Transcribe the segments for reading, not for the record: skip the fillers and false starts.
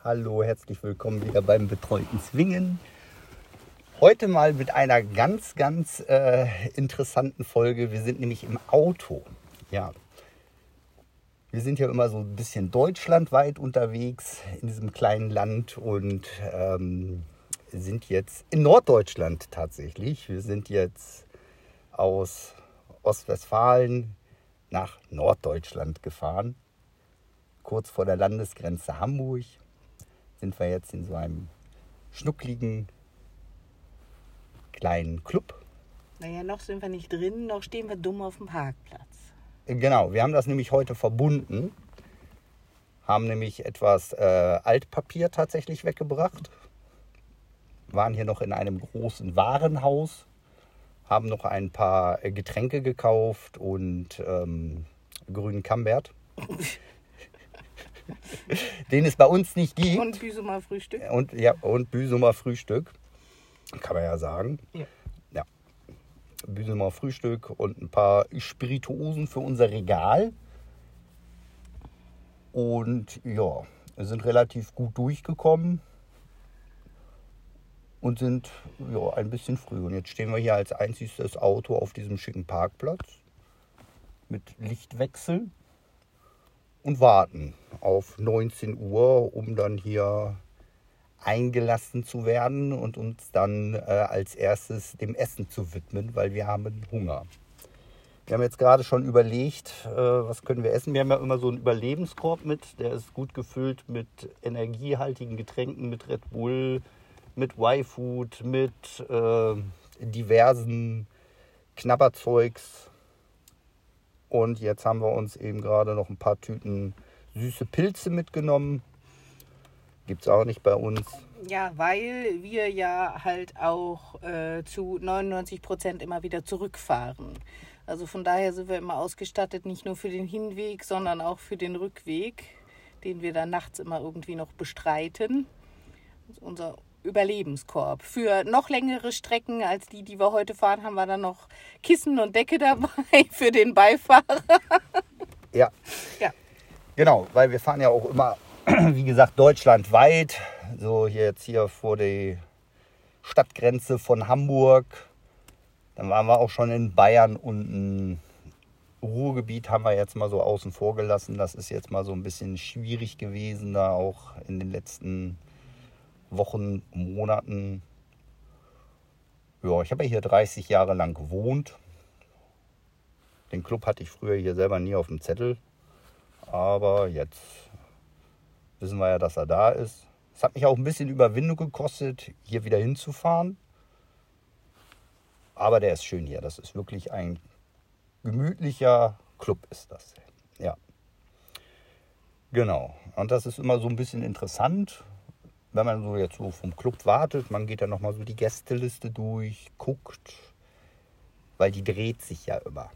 Hallo, herzlich willkommen wieder beim betreuten Swingen. Heute mal mit einer ganz interessanten Folge. Wir sind nämlich im Auto. Ja, wir sind ja immer so ein bisschen deutschlandweit unterwegs in diesem kleinen Land und sind jetzt in Norddeutschland tatsächlich. Wir sind jetzt aus Ostwestfalen nach Norddeutschland gefahren. Kurz vor der Landesgrenze Hamburg sind wir jetzt in so einem schnuckligen kleinen Club. Naja, noch sind wir nicht drin, noch stehen wir dumm auf dem Parkplatz. Genau, wir haben das nämlich heute verbunden. Haben nämlich etwas Altpapier tatsächlich weggebracht. Waren hier noch in einem großen Warenhaus. Haben noch ein paar Getränke gekauft und grünen Camembert. Den es bei uns nicht gibt. Und Büsumer Frühstück. Und Büsumer Frühstück. Kann man ja sagen. Ja. Büsumer Frühstück und ein paar Spirituosen für unser Regal. Und ja, wir sind relativ gut durchgekommen. Und sind ein bisschen früh. Und jetzt stehen wir hier als einziges Auto auf diesem schicken Parkplatz. Mit Lichtwechsel. Und warten auf 19 Uhr, um dann hier eingelassen zu werden und uns dann als erstes dem Essen zu widmen, weil wir haben Hunger. Wir haben jetzt gerade schon überlegt, was können wir essen. Wir haben ja immer so einen Überlebenskorb mit, der ist gut gefüllt mit energiehaltigen Getränken, mit Red Bull, mit Y-Food, mit diversen Knabberzeugs. Und jetzt haben wir uns eben gerade noch ein paar Tüten süße Pilze mitgenommen. Gibt es auch nicht bei uns. Ja, weil wir ja halt auch zu 99% immer wieder zurückfahren. Also von daher sind wir immer ausgestattet, nicht nur für den Hinweg, sondern auch für den Rückweg, den wir dann nachts immer irgendwie noch bestreiten. Das ist unser Überlebenskorb. Für noch längere Strecken als die wir heute fahren, haben wir dann noch Kissen und Decke dabei für den Beifahrer. Ja. Genau, weil wir fahren ja auch immer, wie gesagt, deutschlandweit. So hier vor der Stadtgrenze von Hamburg. Dann waren wir auch schon in Bayern und ein Ruhrgebiet haben wir jetzt mal so außen vor gelassen. Das ist jetzt mal so ein bisschen schwierig gewesen, da auch in den letzten Wochen, Monaten. Ja, ich habe ja hier 30 Jahre lang gewohnt. Den Club hatte ich früher hier selber nie auf dem Zettel. Aber jetzt wissen wir ja, dass er da ist. Es hat mich auch ein bisschen Überwindung gekostet, hier wieder hinzufahren. Aber der ist schön hier. Das ist wirklich ein gemütlicher Club ist das. Ja. Genau. Und das ist immer so ein bisschen interessant, wenn man so jetzt so vom Club wartet. Man geht dann nochmal so die Gästeliste durch, guckt, weil die dreht sich ja immer.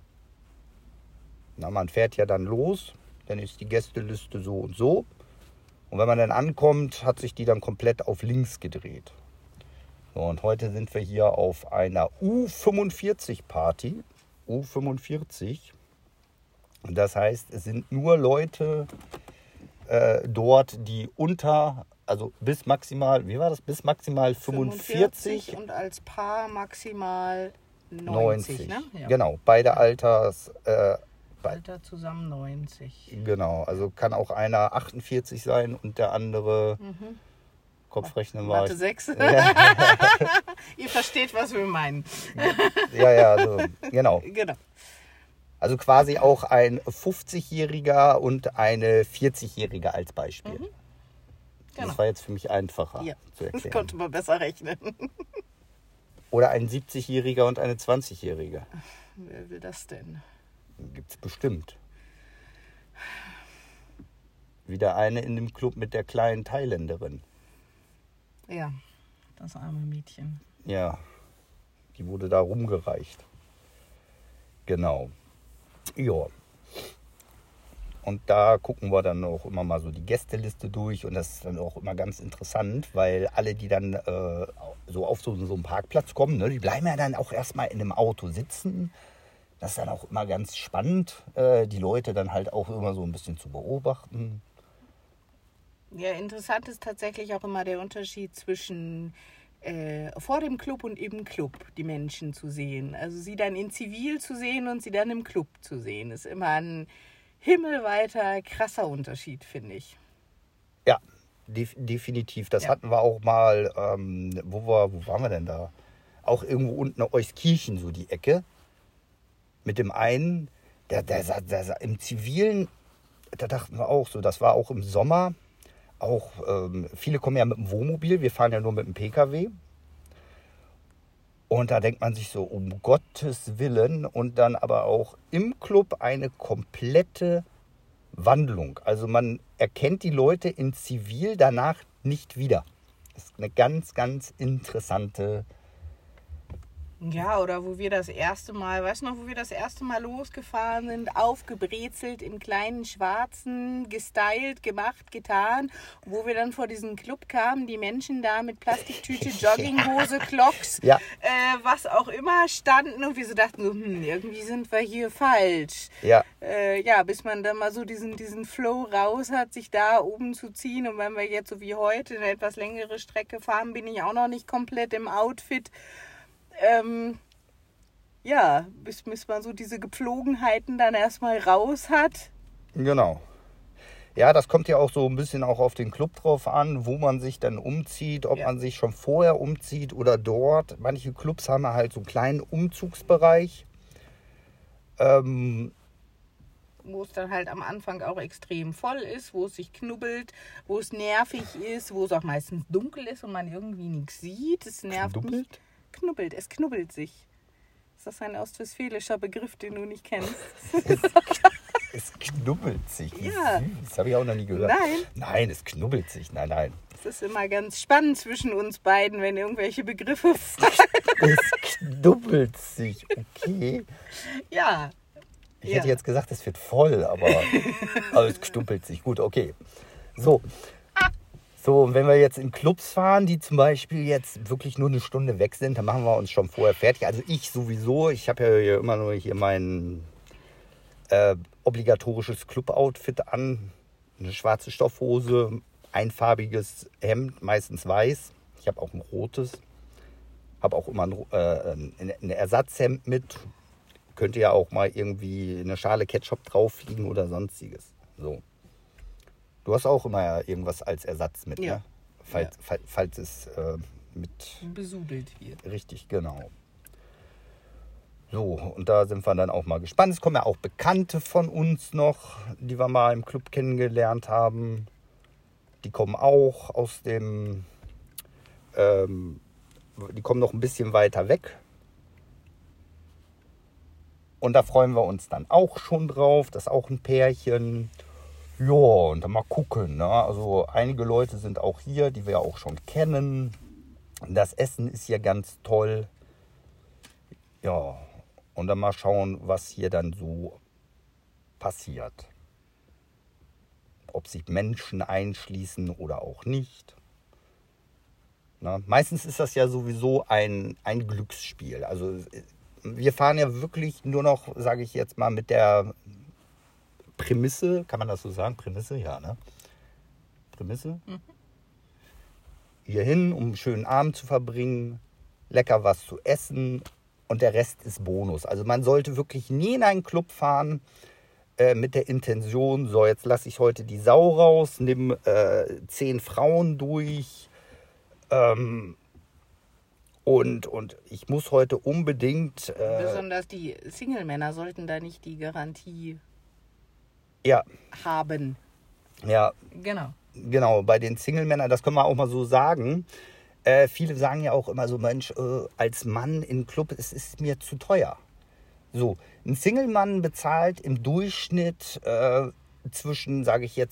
Na, man fährt ja dann los, dann ist die Gästeliste so und so. Und wenn man dann ankommt, hat sich die dann komplett auf links gedreht. So, und heute sind wir hier auf einer U45-Party. U45. Und das heißt, es sind nur Leute dort, die bis maximal, wie war das? Bis maximal 45 und als Paar maximal 90. Ne? Ja. Genau, beide Alter zusammen 90. Genau, also kann auch einer 48 sein und der andere Kopfrechnen war. Mathe 6. Ihr versteht, was wir meinen. Ja, so, genau. Genau. Also quasi auch ein 50-Jähriger und eine 40-Jährige als Beispiel. Genau. Das war jetzt für mich einfacher zu erklären. Das konnte man besser rechnen. Oder ein 70-Jähriger und eine 20-Jährige. Wer will das denn? Gibt es bestimmt. Wieder eine in dem Club mit der kleinen Thailänderin. Ja, das arme Mädchen. Ja, die wurde da rumgereicht. Genau. Ja. Und da gucken wir dann auch immer mal so die Gästeliste durch. Und das ist dann auch immer ganz interessant, weil alle, die dann so auf so einen Parkplatz kommen, ne, die bleiben ja dann auch erstmal in einem Auto sitzen. Das ist dann auch immer ganz spannend, die Leute dann halt auch immer so ein bisschen zu beobachten. Ja, interessant ist tatsächlich auch immer der Unterschied zwischen vor dem Club und im Club die Menschen zu sehen. Also sie dann in Zivil zu sehen und sie dann im Club zu sehen, ist immer ein himmelweiter, krasser Unterschied, finde ich. Ja, definitiv. Das hatten wir auch mal, wo waren wir denn da? Auch irgendwo unten in Euskirchen, so die Ecke. Mit dem einen, der im Zivilen, da dachten wir auch so, das war auch im Sommer. Auch viele kommen ja mit dem Wohnmobil, wir fahren ja nur mit dem PKW. Und da denkt man sich so, um Gottes Willen. Und dann aber auch im Club eine komplette Wandlung. Also man erkennt die Leute in Zivil danach nicht wieder. Das ist eine ganz, ganz interessante. Ja, oder wo wir das erste Mal, weißt du noch, wo wir das erste Mal losgefahren sind, aufgebrezelt im kleinen Schwarzen, gestylt, gemacht, getan, wo wir dann vor diesen Club kamen, die Menschen da mit Plastiktüte, Jogginghose, Clocks, was auch immer standen und wir so dachten so, irgendwie sind wir hier falsch. Ja. Bis man dann mal so diesen Flow raus hat, sich da oben zu ziehen und wenn wir jetzt so wie heute eine etwas längere Strecke fahren, bin ich auch noch nicht komplett im Outfit. Bis man so diese Gepflogenheiten dann erstmal raus hat. Genau. Ja, das kommt ja auch so ein bisschen auch auf den Club drauf an, wo man sich dann umzieht, ob man sich schon vorher umzieht oder dort. Manche Clubs haben halt so einen kleinen Umzugsbereich. Wo es dann halt am Anfang auch extrem voll ist, wo es sich knubbelt, wo es nervig ist, wo es auch meistens dunkel ist und man irgendwie nichts sieht. Es nervt mich. Knubbelt, es knubbelt sich. Ist das ein ostwestfälischer Begriff, den du nicht kennst? Es knubbelt sich. Ja. Das habe ich auch noch nie gehört. Nein, es knubbelt sich. Nein. Es ist immer ganz spannend zwischen uns beiden, wenn irgendwelche Begriffe fallen. Es knubbelt sich, okay. Ja. Ich hätte jetzt gesagt, es wird voll, aber es knubbelt sich. Gut, okay. So, und wenn wir jetzt in Clubs fahren, die zum Beispiel jetzt wirklich nur eine Stunde weg sind, dann machen wir uns schon vorher fertig. Also ich sowieso, ich habe ja hier immer nur hier mein obligatorisches Club-Outfit an. Eine schwarze Stoffhose, einfarbiges Hemd, meistens weiß. Ich habe auch ein rotes. Habe auch immer ein Ersatzhemd mit. Könnte ja auch mal irgendwie eine Schale Ketchup drauf liegen oder sonstiges. So. Du hast auch immer irgendwas als Ersatz mit, ne? Falls es mit besudelt wird. Richtig, genau. So, und da sind wir dann auch mal gespannt. Es kommen ja auch Bekannte von uns noch, die wir mal im Club kennengelernt haben. Die kommen auch aus dem, die kommen noch ein bisschen weiter weg. Und da freuen wir uns dann auch schon drauf. Das ist auch ein Pärchen. Ja, und dann mal gucken. Ne? Also einige Leute sind auch hier, die wir auch schon kennen. Das Essen ist hier ganz toll. Ja, und dann mal schauen, was hier dann so passiert. Ob sich Menschen einschließen oder auch nicht. Na, meistens ist das ja sowieso ein Glücksspiel. Also wir fahren ja wirklich nur noch, sage ich jetzt mal, mit der Prämisse, kann man das so sagen? Prämisse, ja, ne? Prämisse. Hier hin, um einen schönen Abend zu verbringen, lecker was zu essen und der Rest ist Bonus. Also man sollte wirklich nie in einen Club fahren mit der Intention, so jetzt lasse ich heute die Sau raus, nimm 10 Frauen durch und ich muss heute unbedingt... Besonders die Single-Männer sollten da nicht die Garantie haben. Ja, Genau, bei den Single-Männern, das können wir auch mal so sagen. Viele sagen ja auch immer so, Mensch, als Mann im Club, es ist mir zu teuer. So, ein Single-Mann bezahlt im Durchschnitt zwischen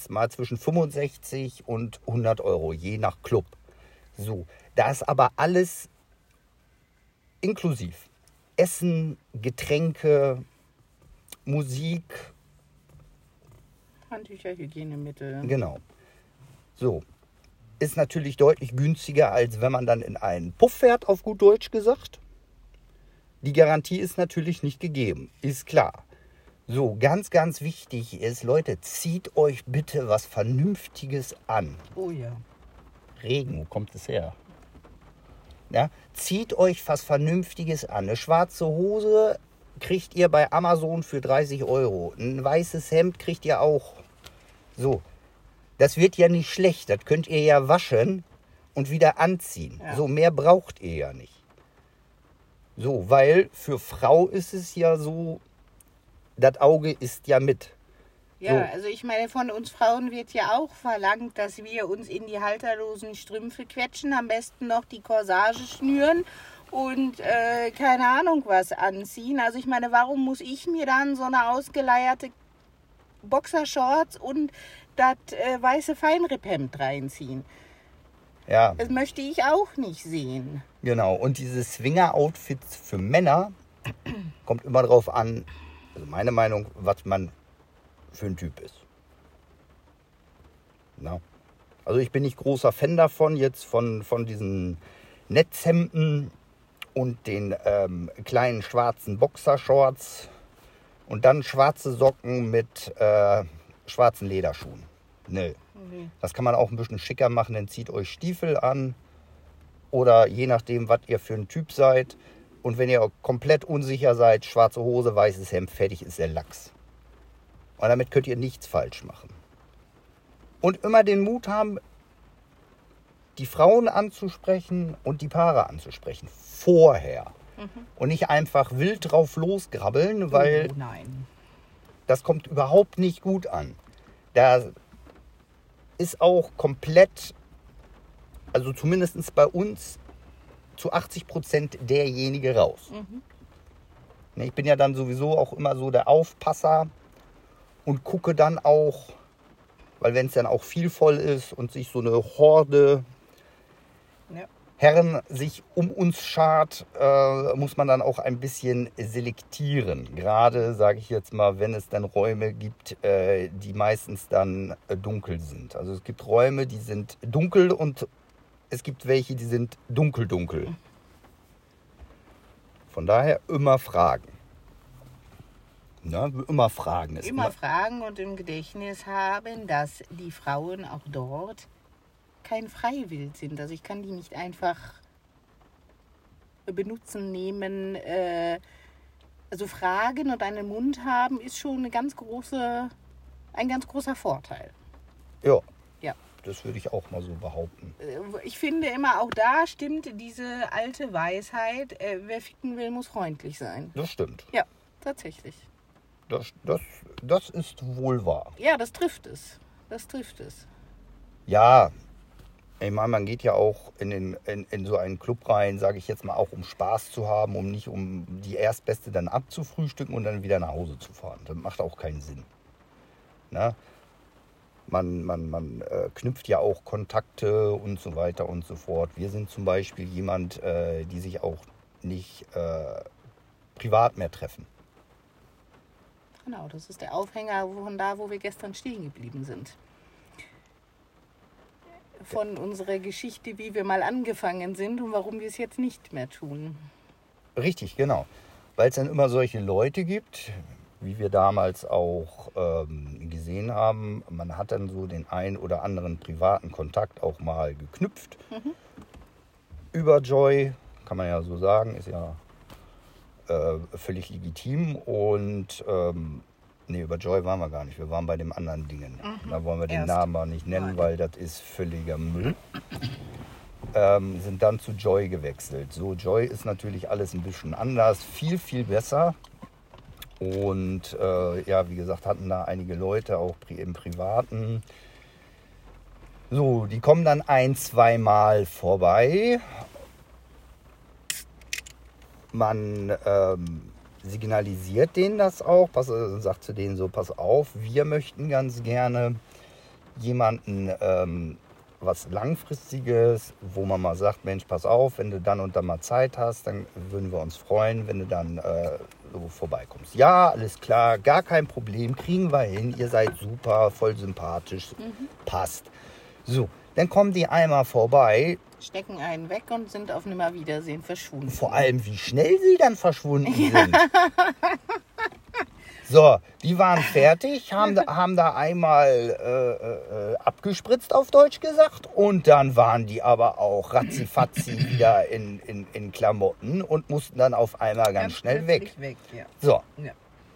65 und 100 Euro, je nach Club. So, da ist aber alles inklusiv. Essen, Getränke, Musik, Handtücher, Hygienemittel. Genau. So. Ist natürlich deutlich günstiger, als wenn man dann in einen Puff fährt, auf gut Deutsch gesagt. Die Garantie ist natürlich nicht gegeben, ist klar. So, ganz, ganz wichtig ist, Leute, zieht euch bitte was Vernünftiges an. Oh ja. Regen, wo kommt es her? Ja, zieht euch was Vernünftiges an. Eine schwarze Hose kriegt ihr bei Amazon für 30 €. Ein weißes Hemd kriegt ihr auch. So, das wird ja nicht schlecht. Das könnt ihr ja waschen und wieder anziehen. Ja. So, mehr braucht ihr ja nicht. So, weil für Frau ist es ja so, das Auge ist ja mit. Ja, so. Also ich meine, von uns Frauen wird ja auch verlangt, dass wir uns in die halterlosen Strümpfe quetschen, am besten noch die Corsage schnüren und keine Ahnung was anziehen. Also ich meine, warum muss ich mir dann so eine ausgeleierte Boxershorts und das weiße Feinripphemd reinziehen? Ja. Das möchte ich auch nicht sehen. Genau, und diese Swinger-Outfits für Männer kommt immer drauf an, also meine Meinung, was man für ein Typ ist. Na? Also ich bin nicht großer Fan davon, jetzt von diesen Netzhemden und den kleinen schwarzen Boxershorts und dann schwarze Socken mit schwarzen Lederschuhen. Nö. Okay. Das kann man auch ein bisschen schicker machen, dann zieht euch Stiefel an oder je nachdem, was ihr für ein Typ seid. Und wenn ihr komplett unsicher seid, schwarze Hose, weißes Hemd, fertig ist der Lachs. Und damit könnt ihr nichts falsch machen. Und immer den Mut haben, die Frauen anzusprechen und die Paare anzusprechen. Vorher. Und nicht einfach wild drauf losgrabbeln, weil das kommt überhaupt nicht gut an. Da ist auch komplett, also zumindest bei uns, zu 80% derjenige raus. Ich bin ja dann sowieso auch immer so der Aufpasser und gucke dann auch, weil wenn es dann auch viel voll ist und sich so eine Horde Herren sich um uns schart, muss man dann auch ein bisschen selektieren. Gerade, sage ich jetzt mal, wenn es dann Räume gibt, die meistens dann dunkel sind. Also es gibt Räume, die sind dunkel und es gibt welche, die sind dunkel. Von daher immer fragen. Ja, immer fragen. Immer fragen und im Gedächtnis haben, dass die Frauen auch dort kein Freiwild sind. Also ich kann die nicht einfach benutzen, nehmen. Also fragen und einen Mund haben ist schon ein ganz großer Vorteil. Ja. Ja. Das würde ich auch mal so behaupten. Ich finde immer, auch da stimmt diese alte Weisheit, wer ficken will, muss freundlich sein. Das stimmt. Ja, tatsächlich. Das ist wohl wahr. Ja, das trifft es. Ja, ich meine, man geht ja auch in so einen Club rein, sage ich jetzt mal, auch um Spaß zu haben, um nicht um die Erstbeste dann abzufrühstücken und dann wieder nach Hause zu fahren. Das macht auch keinen Sinn. Na? Man knüpft ja auch Kontakte und so weiter und so fort. Wir sind zum Beispiel jemand, die sich auch nicht privat mehr treffen. Genau, das ist der Aufhänger von da, wo wir gestern stehen geblieben sind. Von unserer Geschichte, wie wir mal angefangen sind und warum wir es jetzt nicht mehr tun. Richtig, genau. Weil es dann immer solche Leute gibt, wie wir damals auch gesehen haben. Man hat dann so den einen oder anderen privaten Kontakt auch mal geknüpft. Über Joy, kann man ja so sagen, ist ja völlig legitim. Und über Joy waren wir gar nicht. Wir waren bei dem anderen Dingen. Da wollen wir den Namen mal nicht nennen, weil das ist völliger Müll. Sind dann zu Joy gewechselt. So, Joy ist natürlich alles ein bisschen anders, viel, viel besser. Und wie gesagt, hatten da einige Leute auch im Privaten. So, die kommen dann 1-2 Mal vorbei. Man signalisiert denen das auch, sagt zu denen so, pass auf, wir möchten ganz gerne jemanden, was Langfristiges, wo man mal sagt, Mensch, pass auf, wenn du dann und dann mal Zeit hast, dann würden wir uns freuen, wenn du dann so vorbeikommst. Ja, alles klar, gar kein Problem, kriegen wir hin, ihr seid super, voll sympathisch, passt. So, dann kommen die einmal vorbei, stecken einen weg und sind auf Nimmerwiedersehen verschwunden. Vor allem, wie schnell sie dann verschwunden sind. So, die waren fertig, haben da einmal abgespritzt, auf Deutsch gesagt. Und dann waren die aber auch ratzifatzi wieder in Klamotten und mussten dann auf einmal ganz schnell weg. Ja. So. Ja.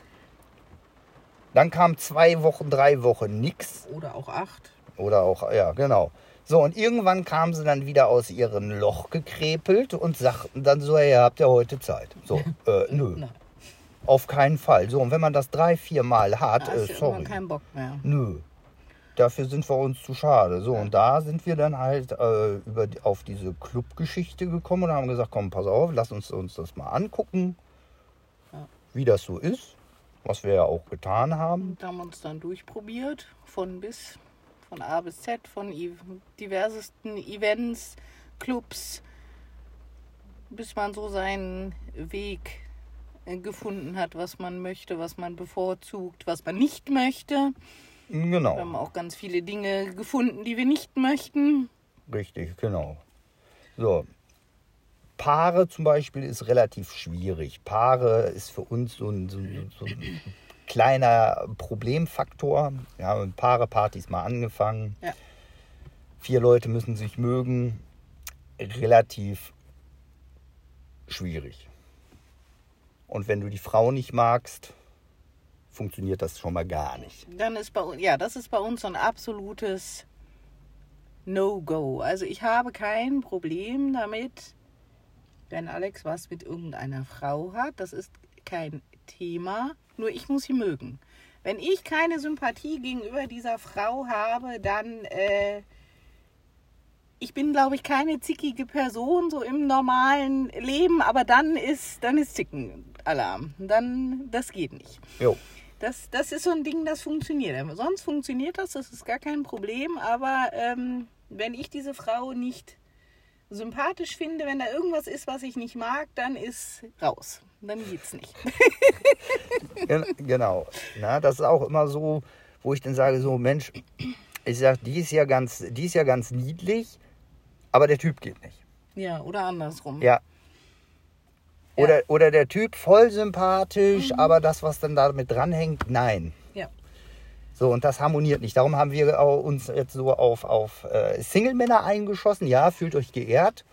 Dann kam 2 Wochen, 3 Wochen nix. Oder auch 8. Oder auch, ja, genau. So, und irgendwann kamen sie dann wieder aus ihrem Loch gekrepelt und sagten dann so, hey, habt ihr heute Zeit? So, nö. Nein. Auf keinen Fall. So, und wenn man das 3, 4 Mal hat, Da hast du sorry. irgendwann keinen Bock mehr. Nö. Dafür sind wir uns zu schade. So, und da sind wir dann halt auf diese Clubgeschichte gekommen und haben gesagt, komm, pass auf, lass uns das mal angucken, wie das so ist, was wir ja auch getan haben. Und da haben wir uns dann durchprobiert, von A bis Z, von diversesten Events, Clubs, bis man so seinen Weg gefunden hat, was man möchte, was man bevorzugt, was man nicht möchte. Genau. Wir haben auch ganz viele Dinge gefunden, die wir nicht möchten. Richtig, genau. So. Paare zum Beispiel ist relativ schwierig. Paare ist für uns so ein kleiner Problemfaktor. Wir haben Paare-Partys mal angefangen. Ja. 4 Leute müssen sich mögen. Relativ schwierig. Und wenn du die Frau nicht magst, funktioniert das schon mal gar nicht. Dann ist das ist bei uns so ein absolutes No-Go. Also ich habe kein Problem damit, wenn Alex was mit irgendeiner Frau hat. Das ist kein Thema. Nur ich muss sie mögen. Wenn ich keine Sympathie gegenüber dieser Frau habe, dann ich bin, glaube ich, keine zickige Person so im normalen Leben, aber dann ist Zickenalarm. Das geht nicht. Jo. Das ist so ein Ding, das funktioniert. Sonst funktioniert das ist gar kein Problem. Aber wenn ich diese Frau nicht sympathisch finde, wenn da irgendwas ist, was ich nicht mag, dann ist raus. Dann geht's nicht. Genau. Na, das ist auch immer so, wo ich dann sage, so Mensch, ich sage, die ist ja ganz niedlich, aber der Typ geht nicht. Ja, oder andersrum. Ja. Oder der Typ voll sympathisch, aber das, was dann damit dranhängt, nein. Ja. So, und das harmoniert nicht. Darum haben wir uns jetzt so auf Single-Männer eingeschossen. Ja, fühlt euch geehrt.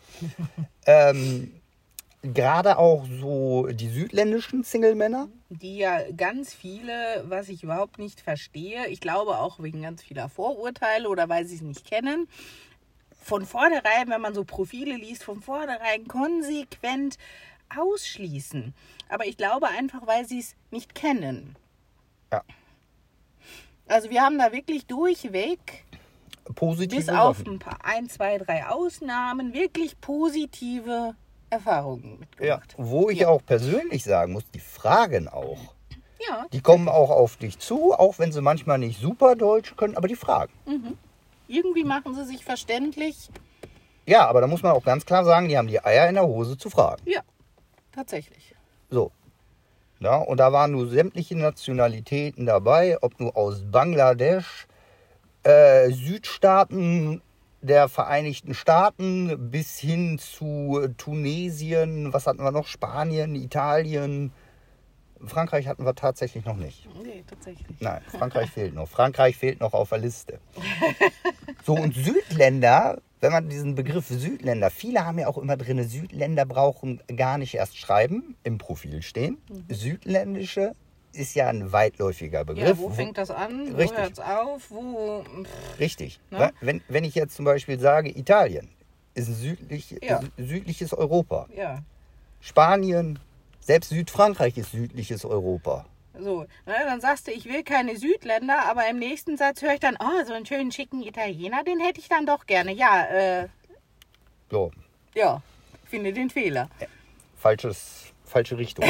Gerade auch so die südländischen Single-Männer. Die ja ganz viele, was ich überhaupt nicht verstehe, ich glaube auch wegen ganz vieler Vorurteile oder weil sie es nicht kennen, von vornherein, wenn man so Profile liest, von vornherein konsequent ausschließen. Aber ich glaube einfach, weil sie es nicht kennen. Ja. Also wir haben da wirklich durchweg, Positive bis auf Sachen. ein paar, 1, 2, 3 Ausnahmen, wirklich positive Erfahrungen mitgemacht. Ja, wo ich auch persönlich sagen muss, die fragen auch. Ja. Die kommen auch auf dich zu, auch wenn sie manchmal nicht super Deutsch können, aber die fragen. Irgendwie machen sie sich verständlich. Ja, aber da muss man auch ganz klar sagen, die haben die Eier in der Hose zu fragen. Ja, tatsächlich. So. Ja, und da waren nur sämtliche Nationalitäten dabei, ob nur aus Bangladesch, Südstaaten der Vereinigten Staaten bis hin zu Tunesien, was hatten wir noch? Spanien, Italien. Frankreich hatten wir tatsächlich noch nicht. Nee, tatsächlich. Nein, Frankreich fehlt noch. Frankreich fehlt noch auf der Liste. So, und Südländer, wenn man diesen Begriff Südländer, viele haben ja auch immer drin, Südländer brauchen gar nicht erst schreiben, im Profil stehen. Südländische ist ja ein weitläufiger Begriff. Ja, wo fängt das an? Richtig. Wo hört es auf? Richtig. Ne? Wenn ich jetzt zum Beispiel sage, Italien ist ein Ja. südliches Europa. Ja. Spanien, selbst Südfrankreich ist südliches Europa. So, ne, dann sagst du, ich will keine Südländer, aber im nächsten Satz höre ich dann, oh, so einen schönen schicken Italiener, den hätte ich dann doch gerne. Ja, So, ja, finde den Fehler. falsche Richtung.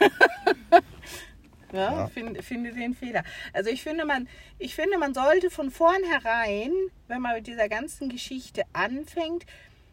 Ja. Finde den Fehler. Also ich finde, man sollte von vornherein, wenn man mit dieser ganzen Geschichte anfängt,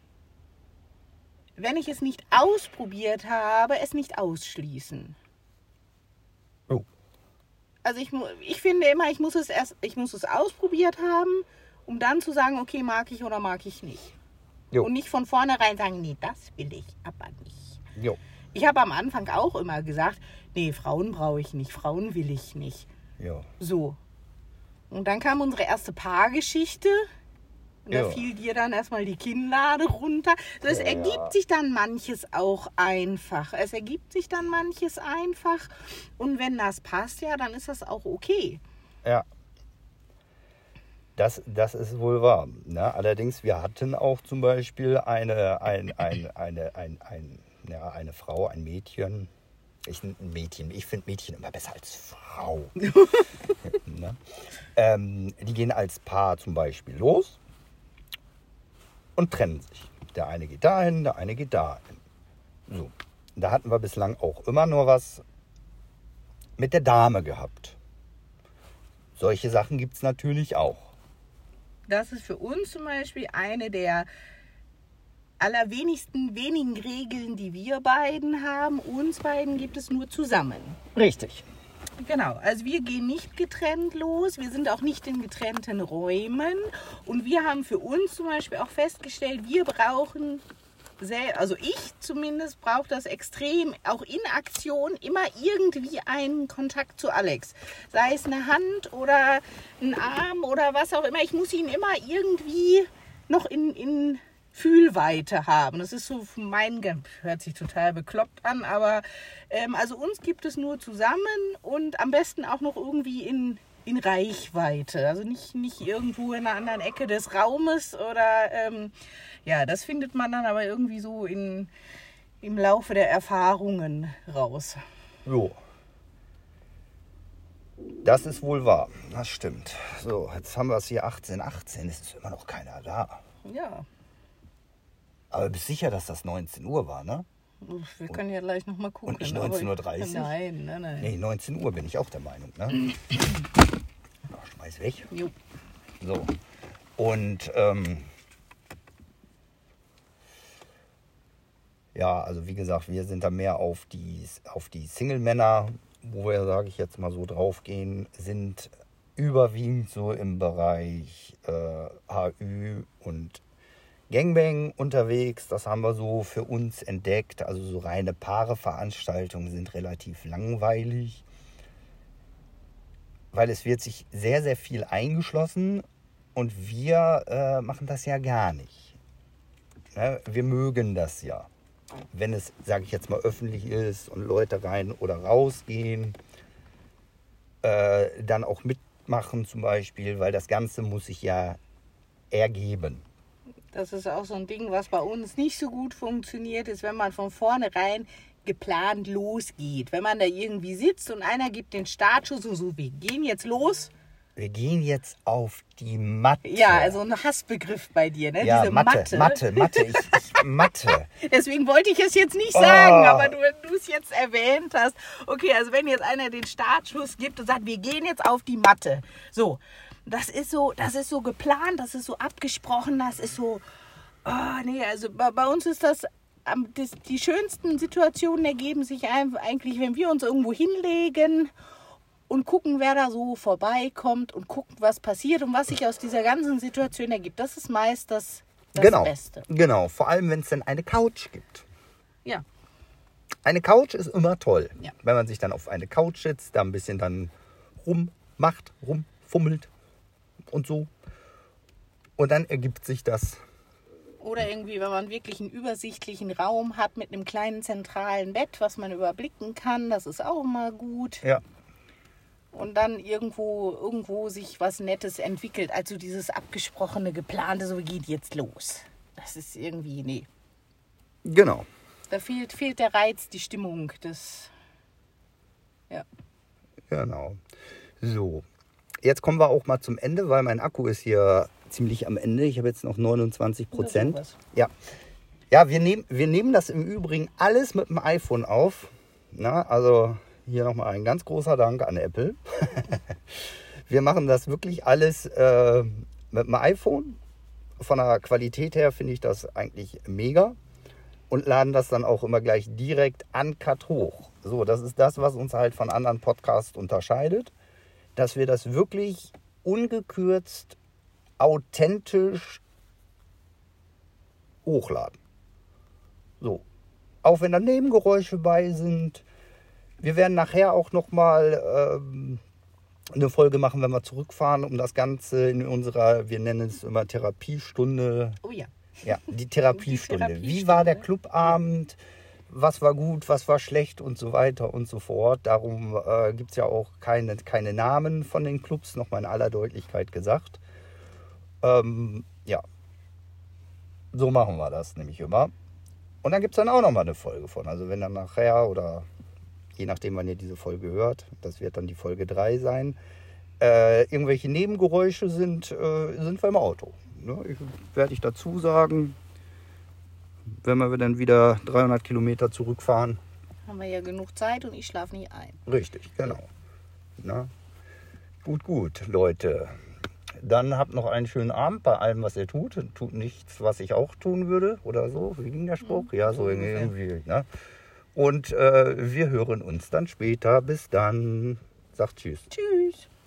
wenn ich es nicht ausprobiert habe, es nicht ausschließen. Oh. Also ich finde immer, ich muss es ausprobiert haben, um dann zu sagen, okay, mag ich oder mag ich nicht. Jo. Und nicht von vornherein sagen, nee, das will ich aber nicht. Jo. Ich habe am Anfang auch immer gesagt, nee, Frauen brauche ich nicht, Frauen will ich nicht. Ja. So. Und dann kam unsere erste Paargeschichte. Und da Ja. fiel dir dann erstmal die Kinnlade runter. So, es ergibt sich dann manches auch einfach. Und wenn das passt, ja, dann ist das auch okay. Ja. Das ist wohl wahr. Ne? Allerdings, wir hatten auch zum Beispiel eine Frau, ein Mädchen. Ich finde Mädchen immer besser als Frau. Ne? Die gehen als Paar zum Beispiel los und trennen sich. Der eine geht dahin, der eine geht dahin. So. Da hatten wir bislang auch immer nur was mit der Dame gehabt. Solche Sachen gibt es natürlich auch. Das ist für uns zum Beispiel eine der wenigen Regeln, die wir beiden haben. Uns beiden gibt es nur zusammen. Richtig. Genau, also wir gehen nicht getrennt los, wir sind auch nicht in getrennten Räumen und wir haben für uns zum Beispiel auch festgestellt, wir brauchen, also ich zumindest brauche das extrem, auch in Aktion, immer irgendwie einen Kontakt zu Alex. Sei es eine Hand oder ein Arm oder was auch immer, ich muss ihn immer irgendwie noch in Fühlweite haben. Das ist so hört sich total bekloppt an, aber also uns gibt es nur zusammen und am besten auch noch irgendwie in Reichweite. Also nicht irgendwo in einer anderen Ecke des Raumes oder ja, das findet man dann aber irgendwie so im Laufe der Erfahrungen raus. Jo. Das ist wohl wahr. Das stimmt. So, jetzt haben wir es hier 18:18. Es ist immer noch keiner da. Ja. Aber du bist sicher, dass das 19 Uhr war, ne? Wir können ja gleich nochmal gucken. Und nicht 19:30 Uhr? Nein. Nee, 19 Uhr bin ich auch der Meinung, ne? Ach, schmeiß weg. Jo. So. Und ja, also wie gesagt, wir sind da mehr auf die Single-Männer, wo wir, sage ich jetzt mal so, draufgehen, sind überwiegend so im Bereich HÜ und Gangbang unterwegs. Das haben wir so für uns entdeckt. Also so reine Paare-Veranstaltungen sind relativ langweilig, weil es wird sich sehr, sehr viel eingeschlossen und wir machen das ja gar nicht. Ne? Wir mögen das ja. Wenn es, sage ich jetzt mal, öffentlich ist und Leute rein oder rausgehen, dann auch mitmachen zum Beispiel, weil das Ganze muss sich ja ergeben. Das ist auch so ein Ding, was bei uns nicht so gut funktioniert, ist, wenn man von vornherein geplant losgeht. Wenn man da irgendwie sitzt und einer gibt den Startschuss und so, wir gehen jetzt los. Wir gehen jetzt auf die Matte. Ja, also ein Hassbegriff bei dir, ne? Ja, diese Matte. Matte. Deswegen wollte ich es jetzt nicht sagen, aber du es jetzt erwähnt hast. Okay, also wenn jetzt einer den Startschuss gibt und sagt, wir gehen jetzt auf die Matte. So, das ist so geplant, das ist so abgesprochen, das ist so, nee, also bei uns ist das, die schönsten Situationen ergeben sich eigentlich, wenn wir uns irgendwo hinlegen und gucken, wer da so vorbeikommt und gucken, was passiert und was sich aus dieser ganzen Situation ergibt. Das ist meist das Beste. Genau, vor allem, wenn es dann eine Couch gibt. Ja. Eine Couch ist immer toll. Ja. Wenn man sich dann auf eine Couch sitzt, da ein bisschen dann rumfummelt und so. Und dann ergibt sich das. Oder irgendwie, wenn man wirklich einen übersichtlichen Raum hat mit einem kleinen zentralen Bett, was man überblicken kann, das ist auch immer gut. Ja. Und dann irgendwo sich was Nettes entwickelt. Also dieses abgesprochene, geplante, so geht jetzt los. Das ist irgendwie, nee. Genau. Da fehlt der Reiz, die Stimmung, ja. Genau. So. Jetzt kommen wir auch mal zum Ende, weil mein Akku ist hier ziemlich am Ende. Ich habe jetzt noch 29%. Ja. Ja, wir nehmen das im Übrigen alles mit dem iPhone auf. Na, also hier nochmal ein ganz großer Dank an Apple. Wir machen das wirklich alles mit dem iPhone. Von der Qualität her finde ich das eigentlich mega. Und laden das dann auch immer gleich direkt uncut hoch. So, das ist das, was uns halt von anderen Podcasts unterscheidet. Dass wir das wirklich ungekürzt, authentisch hochladen. So. auch wenn da Nebengeräusche bei sind. Wir werden nachher auch nochmal eine Folge machen, wenn wir zurückfahren, um das Ganze in unserer, wir nennen es immer Therapiestunde. Oh ja. Ja, die Therapiestunde. Wie war der Clubabend? Was war gut, was war schlecht und so weiter und so fort. Darum gibt es ja auch keine Namen von den Clubs, nochmal in aller Deutlichkeit gesagt. Ja, so machen wir das nämlich immer. Und dann gibt es dann auch nochmal eine Folge von. Also wenn dann nachher oder je nachdem, wann ihr diese Folge hört, das wird dann die Folge 3 sein, irgendwelche Nebengeräusche sind wir im Auto. Ne? Werde ich dazu sagen. Wenn wir dann wieder 300 Kilometer zurückfahren. Haben wir ja genug Zeit und ich schlafe nicht ein. Richtig, genau. Na? Gut, Leute. Dann habt noch einen schönen Abend bei allem, was ihr tut. Tut nichts, was ich auch tun würde oder so. Wie ging der Spruch? Ja, so irgendwie. Ne? Und wir hören uns dann später. Bis dann. Sagt Tschüss. Tschüss.